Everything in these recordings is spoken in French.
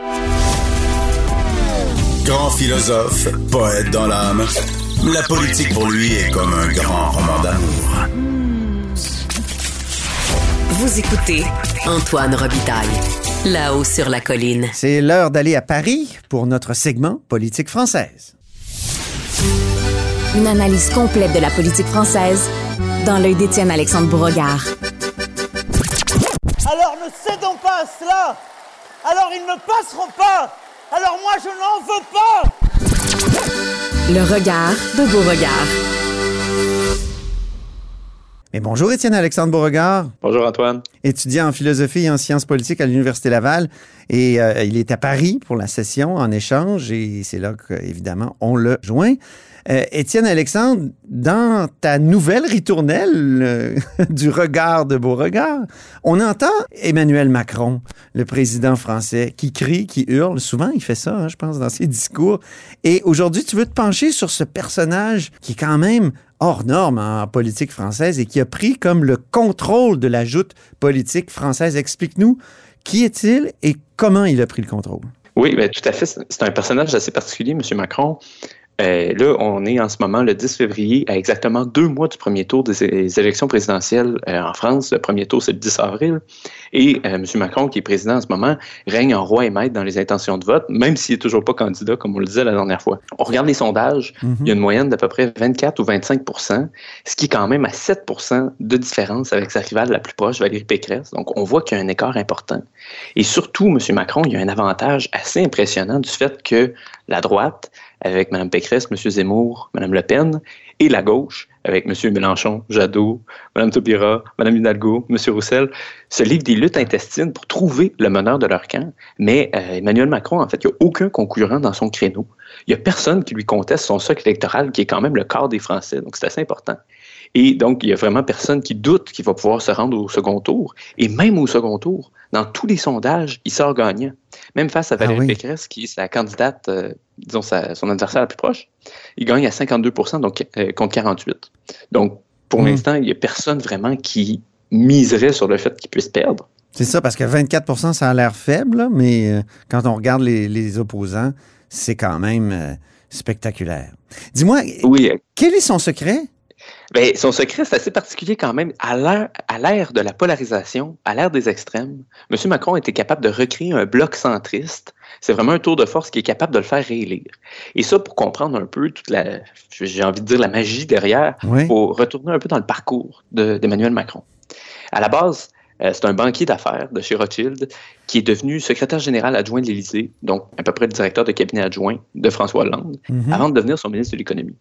Grand philosophe, poète dans l'âme, la politique pour lui est comme un grand roman d'amour. Vous écoutez Antoine Robitaille, là-haut sur la colline. C'est l'heure d'aller à Paris pour notre segment Politique française. Une analyse complète de la politique française dans l'œil d'Étienne-Alexandre Beauregard. Alors ne cédons pas à cela. Alors ils ne passeront pas. Alors moi je n'en veux pas. Le regard de Beauregard. Mais bonjour Étienne-Alexandre Beauregard. Bonjour Antoine. Étudiant en philosophie et en sciences politiques à l'Université Laval. Et il est à Paris pour la session en échange et c'est là qu'évidemment on le joint. Étienne-Alexandre, dans ta nouvelle ritournelle du regard de Beauregard, on entend Emmanuel Macron, le président français, qui crie, qui hurle. Souvent, il fait ça, je pense, dans ses discours. Et aujourd'hui, tu veux te pencher sur ce personnage qui est quand même hors norme en politique française et qui a pris comme le contrôle de la joute politique française. Explique-nous, qui est-il et comment il a pris le contrôle? Oui, bien, tout à fait. C'est un personnage assez particulier, M. Macron. Là, on est en ce moment le 10 février, à exactement 2 mois du premier tour des élections présidentielles en France. Le premier tour, c'est le 10 avril. Et M. Macron, qui est président en ce moment, règne en roi et maître dans les intentions de vote, même s'il n'est toujours pas candidat, comme on le disait la dernière fois. On regarde les sondages, il y a une moyenne d'à peu près 24 ou 25 %, ce qui est quand même à 7 % de différence avec sa rivale la plus proche, Valérie Pécresse. Donc, on voit qu'il y a un écart important. Et surtout, M. Macron, il y a un avantage assez impressionnant du fait que la droite, avec Mme Pécresse, M. Zemmour, Mme Le Pen, et la gauche, avec M. Mélenchon, Jadot, Mme Taubira, Mme Hidalgo, M. Roussel, se livrent des luttes intestines pour trouver le meneur de leur camp. Mais Emmanuel Macron, en fait, il n'y a aucun concurrent dans son créneau. Il n'y a personne qui lui conteste son socle électoral, qui est quand même le quart des Français. Donc, c'est assez important. Et donc, il n'y a vraiment personne qui doute qu'il va pouvoir se rendre au second tour. Et même au second tour, dans tous les sondages, il sort gagnant. Même face à Valérie Pécresse, qui est sa candidate, disons son adversaire la plus proche, il gagne à 52 % donc, contre 48 %. Donc, pour l'instant, il n'y a personne vraiment qui miserait sur le fait qu'il puisse perdre. C'est ça, parce que 24 % ça a l'air faible, là, mais quand on regarde les opposants, c'est quand même spectaculaire. Dis-moi, quel est son secret? Bien, son secret, c'est assez particulier quand même. À l'ère de la polarisation, à l'ère des extrêmes, M. Macron était capable de recréer un bloc centriste. C'est vraiment un tour de force qui est capable de le faire réélire. Et ça, pour comprendre un peu toute j'ai envie de dire, la magie derrière, il faut retourner un peu dans le parcours d'Emmanuel Macron. À la base, c'est un banquier d'affaires de chez Rothschild qui est devenu secrétaire général adjoint de l'Élysée, donc à peu près le directeur de cabinet adjoint de François Hollande, avant de devenir son ministre de l'Économie.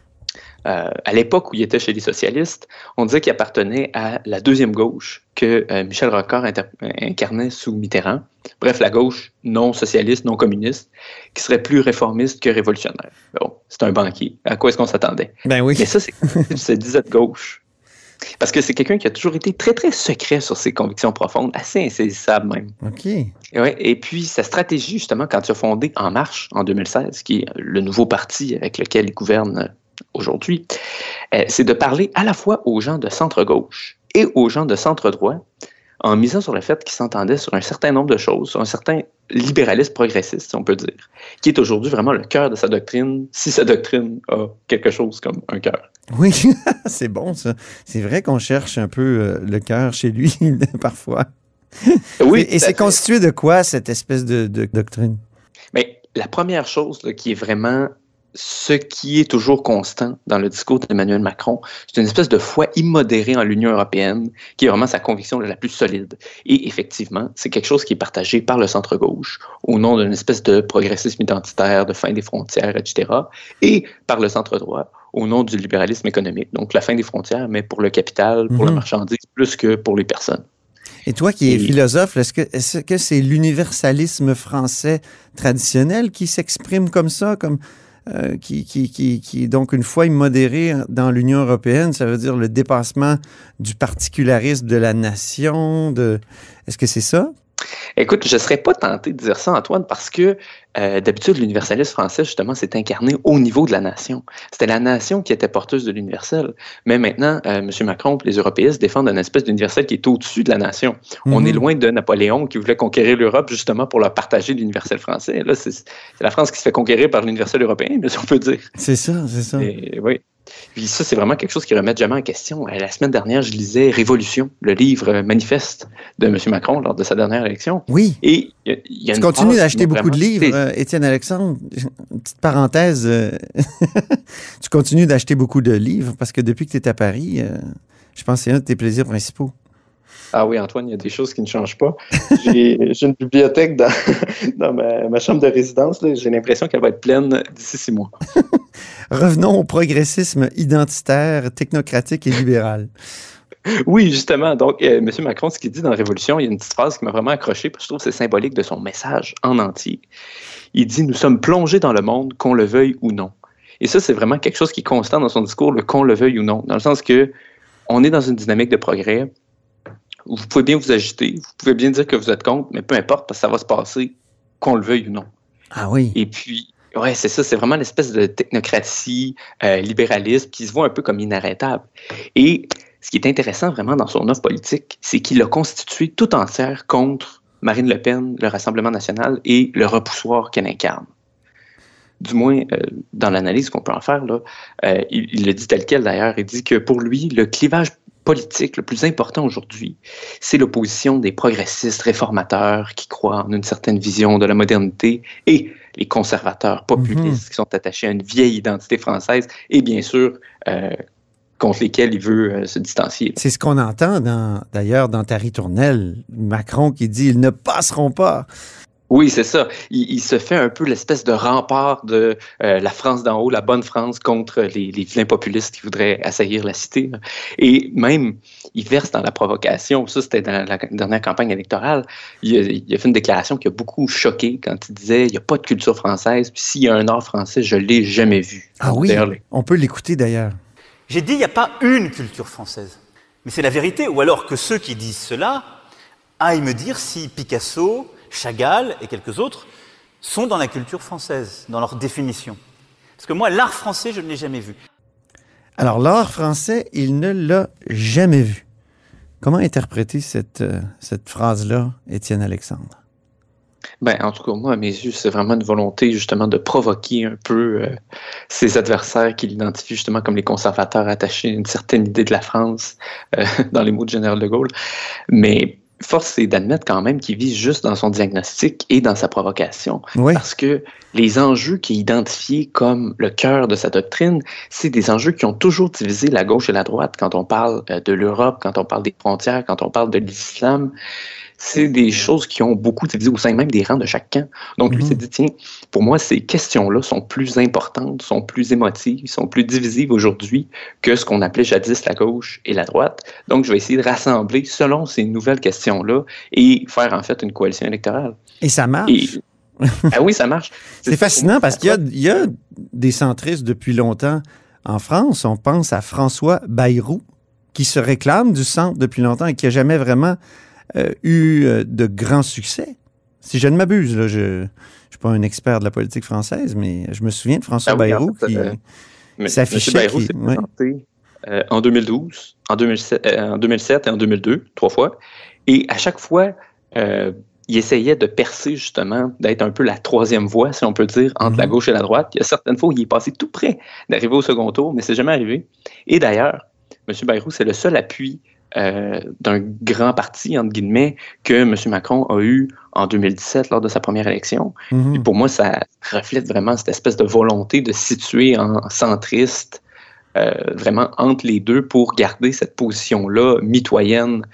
À l'époque où il était chez les socialistes, on disait qu'il appartenait à la deuxième gauche que Michel Rocard incarnait sous Mitterrand. Bref, la gauche non socialiste, non communiste, qui serait plus réformiste que révolutionnaire. Bon, c'est un banquier. À quoi est-ce qu'on s'attendait? Ben oui. Mais ça, c'est disait de gauche. Parce que c'est quelqu'un qui a toujours été très, très secret sur ses convictions profondes, assez insaisissable même. OK. Et puis, sa stratégie, justement, quand il a fondé En Marche en 2016, qui est le nouveau parti avec lequel il gouverne aujourd'hui, c'est de parler à la fois aux gens de centre-gauche et aux gens de centre-droit en misant sur le fait qu'ils s'entendaient sur un certain nombre de choses, sur un certain libéralisme progressiste, si on peut dire, qui est aujourd'hui vraiment le cœur de sa doctrine, si sa doctrine a quelque chose comme un cœur. Oui, c'est bon ça. C'est vrai qu'on cherche un peu le cœur chez lui, parfois. Oui. Et c'est constitué de quoi, cette espèce de doctrine? Mais la première chose là, qui est vraiment ce qui est toujours constant dans le discours d'Emmanuel Macron, c'est une espèce de foi immodérée en l'Union européenne, qui est vraiment sa conviction la plus solide. Et effectivement, c'est quelque chose qui est partagé par le centre-gauche, au nom d'une espèce de progressisme identitaire, de fin des frontières, etc., et par le centre-droit, au nom du libéralisme économique. Donc la fin des frontières, mais pour le capital, pour la marchandise, plus que pour les personnes. Et toi qui es philosophe, est-ce que c'est l'universalisme français traditionnel qui s'exprime comme ça, comme qui donc une foi immodérée dans l'Union européenne, ça veut dire le dépassement du particularisme de la nation? Est-ce que c'est ça? Écoute, je ne serais pas tenté de dire ça, Antoine, parce que d'habitude, l'universalisme français, justement, s'est incarné au niveau de la nation. C'était la nation qui était porteuse de l'universel. Mais maintenant, M. Macron et les européistes défendent une espèce d'universel qui est au-dessus de la nation. On est loin de Napoléon qui voulait conquérir l'Europe justement pour leur partager l'universel français. Là, c'est la France qui se fait conquérir par l'universel européen, si on peut dire. C'est ça, c'est ça. Et, oui. Puis ça, c'est vraiment quelque chose qui remet jamais en question. La semaine dernière, je lisais Révolution, le livre manifeste de M. Macron lors de sa dernière élection. Oui. Et il y a tu continues d'acheter beaucoup de livres, Étienne Alexandre. Une petite parenthèse. Tu continues d'acheter beaucoup de livres parce que depuis que tu es à Paris, je pense que c'est un de tes plaisirs principaux. Ah oui, Antoine, il y a des choses qui ne changent pas. J'ai une bibliothèque dans ma chambre de résidence. Là. J'ai l'impression qu'elle va être pleine d'ici 6 mois. Revenons au progressisme identitaire, technocratique et libéral. Oui, justement. Donc, M. Macron, ce qu'il dit dans Révolution, il y a une petite phrase qui m'a vraiment accroché, parce que je trouve que c'est symbolique de son message en entier. Il dit « Nous sommes plongés dans le monde, qu'on le veuille ou non ». Et ça, c'est vraiment quelque chose qui est constant dans son discours, le « qu'on le veuille ou non », dans le sens que on est dans une dynamique de progrès. Vous pouvez bien vous agiter, vous pouvez bien dire que vous êtes contre, mais peu importe, parce que ça va se passer, qu'on le veuille ou non. Ah oui. Et puis, ouais, c'est ça, c'est vraiment l'espèce de technocratie, libéralisme qui se voit un peu comme inarrêtable. Et ce qui est intéressant vraiment dans son offre politique, c'est qu'il l'a constituée tout entière contre Marine Le Pen, le Rassemblement national et le repoussoir qu'elle incarne. Du moins, dans l'analyse qu'on peut en faire, là, il le dit tel quel d'ailleurs, il dit que pour lui, le clivage politique le plus important aujourd'hui, c'est l'opposition des progressistes réformateurs qui croient en une certaine vision de la modernité et les conservateurs populistes qui sont attachés à une vieille identité française et bien sûr contre lesquels il veut se distancier. C'est ce qu'on entend d'ailleurs dans ta ritournelle, Macron qui dit « Ils ne passeront pas ». Oui, c'est ça. Il se fait un peu l'espèce de rempart de la France d'en haut, la bonne France, contre les vilains populistes qui voudraient assaillir la cité. Et même, il verse dans la provocation. Ça, c'était dans la dernière campagne électorale. Il a fait une déclaration qui a beaucoup choqué quand il disait « Il n'y a pas de culture française, puis s'il y a un art français, je ne l'ai jamais vu. » Ah oui, on peut l'écouter d'ailleurs. J'ai dit « Il n'y a pas une culture française. » Mais c'est la vérité. Ou alors que ceux qui disent cela aillent me dire si Picasso, Chagall et quelques autres sont dans la culture française, dans leur définition. Parce que moi, l'art français, je ne l'ai jamais vu. Alors, l'art français, il ne l'a jamais vu. Comment interpréter cette phrase-là, Étienne Alexandre? Ben, en tout cas, moi, à mes yeux, c'est vraiment une volonté, justement, de provoquer un peu ses adversaires qu'il identifie, justement, comme les conservateurs attachés à une certaine idée de la France, dans les mots de Général de Gaulle. Mais force est d'admettre quand même qu'il vise juste dans son diagnostic et dans sa provocation. Oui. Parce que les enjeux qu'il identifie comme le cœur de sa doctrine, c'est des enjeux qui ont toujours divisé la gauche et la droite. Quand on parle de l'Europe, quand on parle des frontières, quand on parle de l'islam, c'est des choses qui ont beaucoup divisé au sein même des rangs de chaque camp. Donc, lui s'est dit, tiens, pour moi, ces questions-là sont plus importantes, sont plus émotives, sont plus divisives aujourd'hui que ce qu'on appelait jadis la gauche et la droite. Donc, je vais essayer de rassembler selon ces nouvelles questions-là et faire, en fait, une coalition électorale. Et ça marche. Ah oui, ça marche. C'est fascinant parce qu'il y a des centristes depuis longtemps en France. On pense à François Bayrou, qui se réclame du centre depuis longtemps et qui n'a jamais vraiment eu de grands succès. Si je ne m'abuse, là, je ne suis pas un expert de la politique française, mais je me souviens de François Bayrou qui s'affichait. M. Bayrou s'est présenté en 2012, en 2007 et en 2002, 3 fois. Et à chaque fois, il essayait de percer, justement, d'être un peu la troisième voie, si on peut dire, entre la gauche et la droite. Il y a certaines fois où il est passé tout près d'arriver au second tour, mais c'est jamais arrivé. Et d'ailleurs, M. Bayrou, c'est le seul appui d'un grand parti, entre guillemets, que M. Macron a eu en 2017 lors de sa première élection. Et pour moi, ça reflète vraiment cette espèce de volonté de se situer en centriste, vraiment entre les deux pour garder cette position-là mitoyenne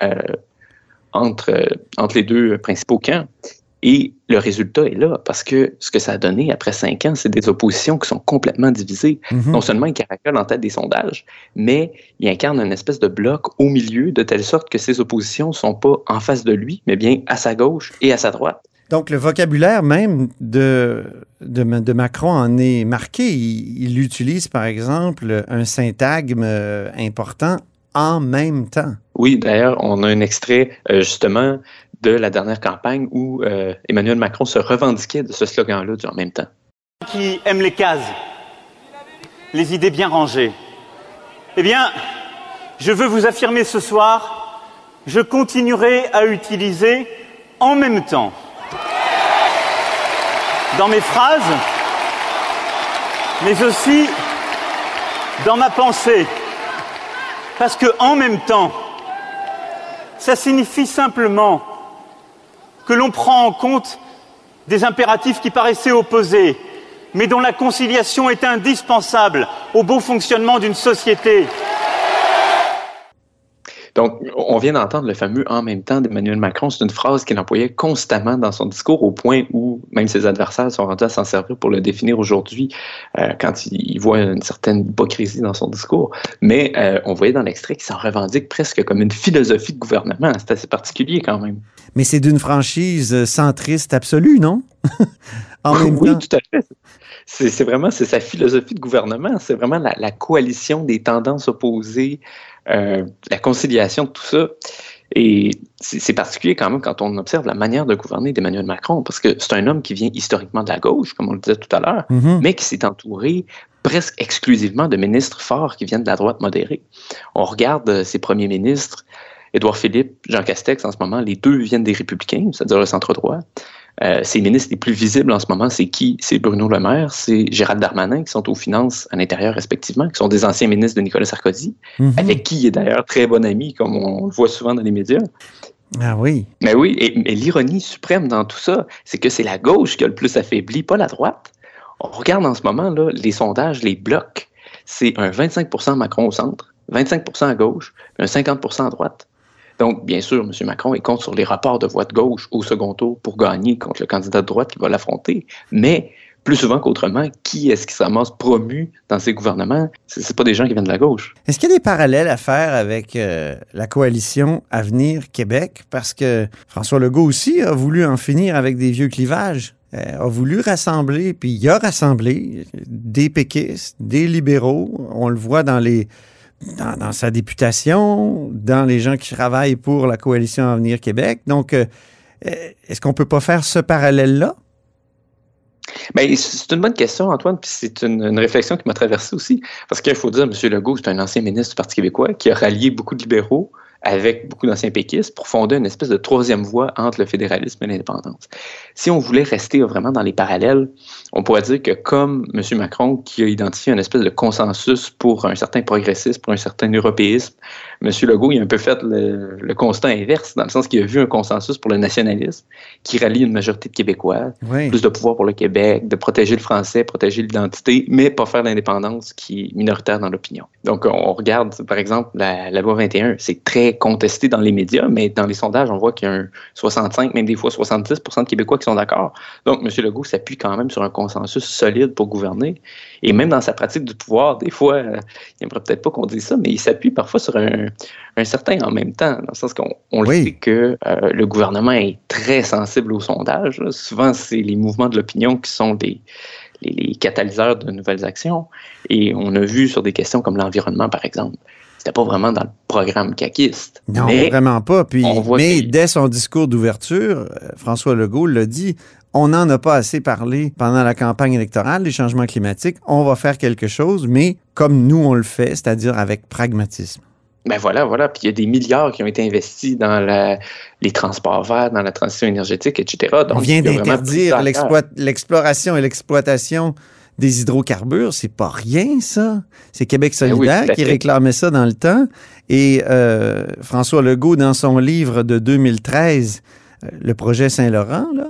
entre les deux principaux camps. Et le résultat est là, parce que ce que ça a donné après 5 ans, c'est des oppositions qui sont complètement divisées. Non seulement il caracole en tête des sondages, mais il incarne une espèce de bloc au milieu, de telle sorte que ces oppositions ne sont pas en face de lui, mais bien à sa gauche et à sa droite. Donc, le vocabulaire même de Macron en est marqué. Il utilise, par exemple, un syntagme important en même temps. Oui, d'ailleurs, on a un extrait justement de la dernière campagne où Emmanuel Macron se revendiquait de ce slogan-là du « en même temps ». Qui aime les cases, les idées bien rangées. Eh bien, je veux vous affirmer ce soir, je continuerai à utiliser « en même temps » dans mes phrases, mais aussi dans ma pensée. Parce que « en même temps », ça signifie simplement que l'on prend en compte des impératifs qui paraissaient opposés, mais dont la conciliation est indispensable au bon fonctionnement d'une société. Donc, on vient d'entendre le fameux « en même temps » d'Emmanuel Macron. C'est une phrase qu'il employait constamment dans son discours, au point où même ses adversaires sont rendus à s'en servir pour le définir aujourd'hui, quand ils voient une certaine hypocrisie dans son discours. Mais on voyait dans l'extrait qu'il s'en revendique presque comme une philosophie de gouvernement. C'est assez particulier quand même. Mais c'est d'une franchise centriste absolue, non? Oui, tout à fait. C'est sa philosophie de gouvernement. C'est vraiment la coalition des tendances opposées, la conciliation de tout ça. Et c'est particulier quand même quand on observe la manière de gouverner d'Emmanuel Macron, parce que c'est un homme qui vient historiquement de la gauche, comme on le disait tout à l'heure, mais qui s'est entouré presque exclusivement de ministres forts qui viennent de la droite modérée. On regarde ses premiers ministres, Édouard Philippe, Jean Castex, en ce moment, les deux viennent des Républicains, c'est-à-dire le centre-droit. Ces ministres les plus visibles en ce moment, c'est qui? C'est Bruno Le Maire, c'est Gérald Darmanin, qui sont aux finances à l'intérieur respectivement, qui sont des anciens ministres de Nicolas Sarkozy, avec qui il est d'ailleurs très bon ami, comme on le voit souvent dans les médias. Ah oui. Mais oui, et l'ironie suprême dans tout ça, c'est que c'est la gauche qui a le plus affaibli, pas la droite. On regarde en ce moment là, les sondages, les blocs, c'est un 25% Macron au centre, 25% à gauche, un 50% à droite. Donc, bien sûr, M. Macron, il compte sur les rapports de voix de gauche au second tour pour gagner contre le candidat de droite qui va l'affronter. Mais, plus souvent qu'autrement, qui est-ce qui se ramasse promu dans ces gouvernements? C'est pas des gens qui viennent de la gauche. Est-ce qu'il y a des parallèles à faire avec la coalition Avenir Québec? Parce que François Legault aussi a voulu en finir avec des vieux clivages. A voulu rassembler, puis il a rassemblé des péquistes, des libéraux. On le voit dans sa députation, dans les gens qui travaillent pour la coalition Avenir Québec. Donc, est-ce qu'on ne peut pas faire ce parallèle-là? Bien, c'est une bonne question, Antoine, puis c'est une réflexion qui m'a traversé aussi. Parce qu'il faut dire, M. Legault, c'est un ancien ministre du Parti québécois qui a rallié beaucoup de libéraux avec beaucoup d'anciens péquistes pour fonder une espèce de troisième voie entre le fédéralisme et l'indépendance. Si on voulait rester vraiment dans les parallèles, on pourrait dire que comme M. Macron, qui a identifié une espèce de consensus pour un certain progressisme, pour un certain européisme, M. Legault, il a un peu fait le constat inverse, dans le sens qu'il a vu un consensus pour le nationalisme, qui rallie une majorité de Québécois, plus de pouvoir pour le Québec, de protéger le français, protéger l'identité, mais pas faire l'indépendance qui est minoritaire dans l'opinion. Donc, on regarde, par exemple, la loi 21, c'est très contesté dans les médias, mais dans les sondages, on voit qu'il y a un 65, même des fois 70% de Québécois qui sont d'accord. Donc, M. Legault s'appuie quand même sur un consensus solide pour gouverner. Et même dans sa pratique du pouvoir, des fois, il n'aimerait peut-être pas qu'on dise ça, mais il s'appuie parfois sur un certain en même temps, dans le sens qu'on le sait que le gouvernement est très sensible aux sondages. Là. Souvent, c'est les mouvements de l'opinion qui sont les catalyseurs de nouvelles actions. Et on a vu sur des questions comme l'environnement, par exemple, c'était pas vraiment dans le programme caquiste. Non, mais vraiment pas. Puis, mais dès son discours d'ouverture, François Legault l'a dit, on n'en a pas assez parlé pendant la campagne électorale des changements climatiques. On va faire quelque chose, mais comme nous, on le fait, c'est-à-dire avec pragmatisme. Ben voilà. Puis il y a des milliards qui ont été investis dans les transports verts, dans la transition énergétique, etc. Donc, on vient d'interdire l'exploration et l'exploitation des hydrocarbures, c'est pas rien, ça. C'est Québec solidaire qui réclamait ça dans le temps. Et François Legault, dans son livre de 2013, le projet Saint-Laurent, là,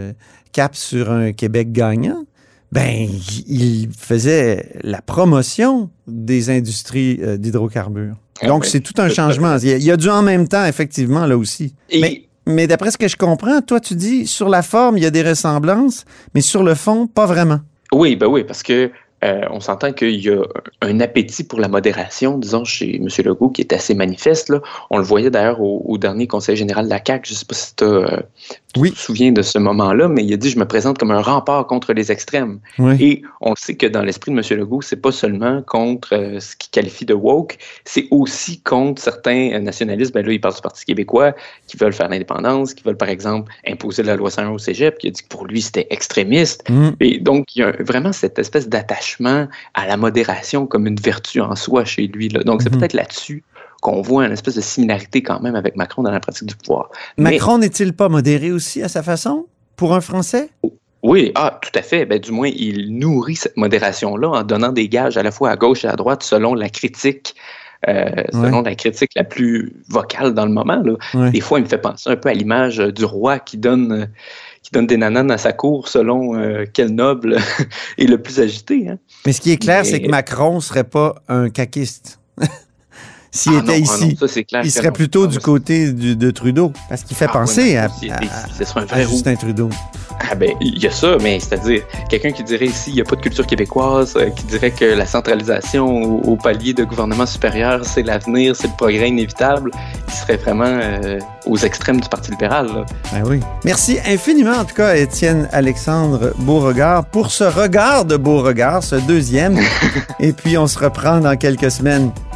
Cap sur un Québec gagnant, ben, il faisait la promotion des industries d'hydrocarbures. Donc, c'est tout un changement. Il y a du en même temps, effectivement, là aussi. Mais d'après ce que je comprends, toi, tu dis, sur la forme, il y a des ressemblances, mais sur le fond, pas vraiment. Oui, parce que on s'entend qu'il y a un appétit pour la modération, disons, chez M. Legault, qui est assez manifeste. Là. On le voyait d'ailleurs au dernier conseil général de la CAQ. Je ne sais pas si tu as Oui. Tu te souviens de ce moment-là, mais il a dit « Je me présente comme un rempart contre les extrêmes. Oui. » Et on sait que dans l'esprit de M. Legault, c'est pas seulement contre ce qu'il qualifie de woke, c'est aussi contre certains nationalistes. Ben là, il parle du Parti québécois, qui veulent faire l'indépendance, qui veulent, par exemple, imposer la loi 101 au cégep, qui a dit que pour lui, c'était extrémiste. Et donc, il y a vraiment cette espèce d'attachement à la modération comme une vertu en soi chez lui, là. Donc, c'est peut-être là-dessus qu'on voit une espèce de similarité quand même avec Macron dans la pratique du pouvoir. Macron n'est-il pas modéré aussi à sa façon, pour un Français? Oui, tout à fait. Ben, du moins, il nourrit cette modération-là en donnant des gages à la fois à gauche et à droite selon la critique. Selon la critique la plus vocale dans le moment. Là. Ouais. Des fois, il me fait penser un peu à l'image du roi qui donne des nananes à sa cour selon quel noble est le plus agité. Hein. Mais ce qui est clair, c'est que Macron ne serait pas un caquiste. S'il était ici, ça, c'est clair, il serait plutôt du côté de Trudeau, parce qu'il fait penser à Justin Trudeau. Ah ben, il y a ça, mais c'est-à-dire, quelqu'un qui dirait ici, il n'y a pas de culture québécoise, qui dirait que la centralisation au palier de gouvernement supérieur, c'est l'avenir, c'est le progrès inévitable, il serait vraiment aux extrêmes du Parti libéral. Là. Ben oui. Merci infiniment, en tout cas, Étienne Alexandre Beauregard, pour ce regard de Beauregard, ce deuxième. Et puis, on se reprend dans quelques semaines.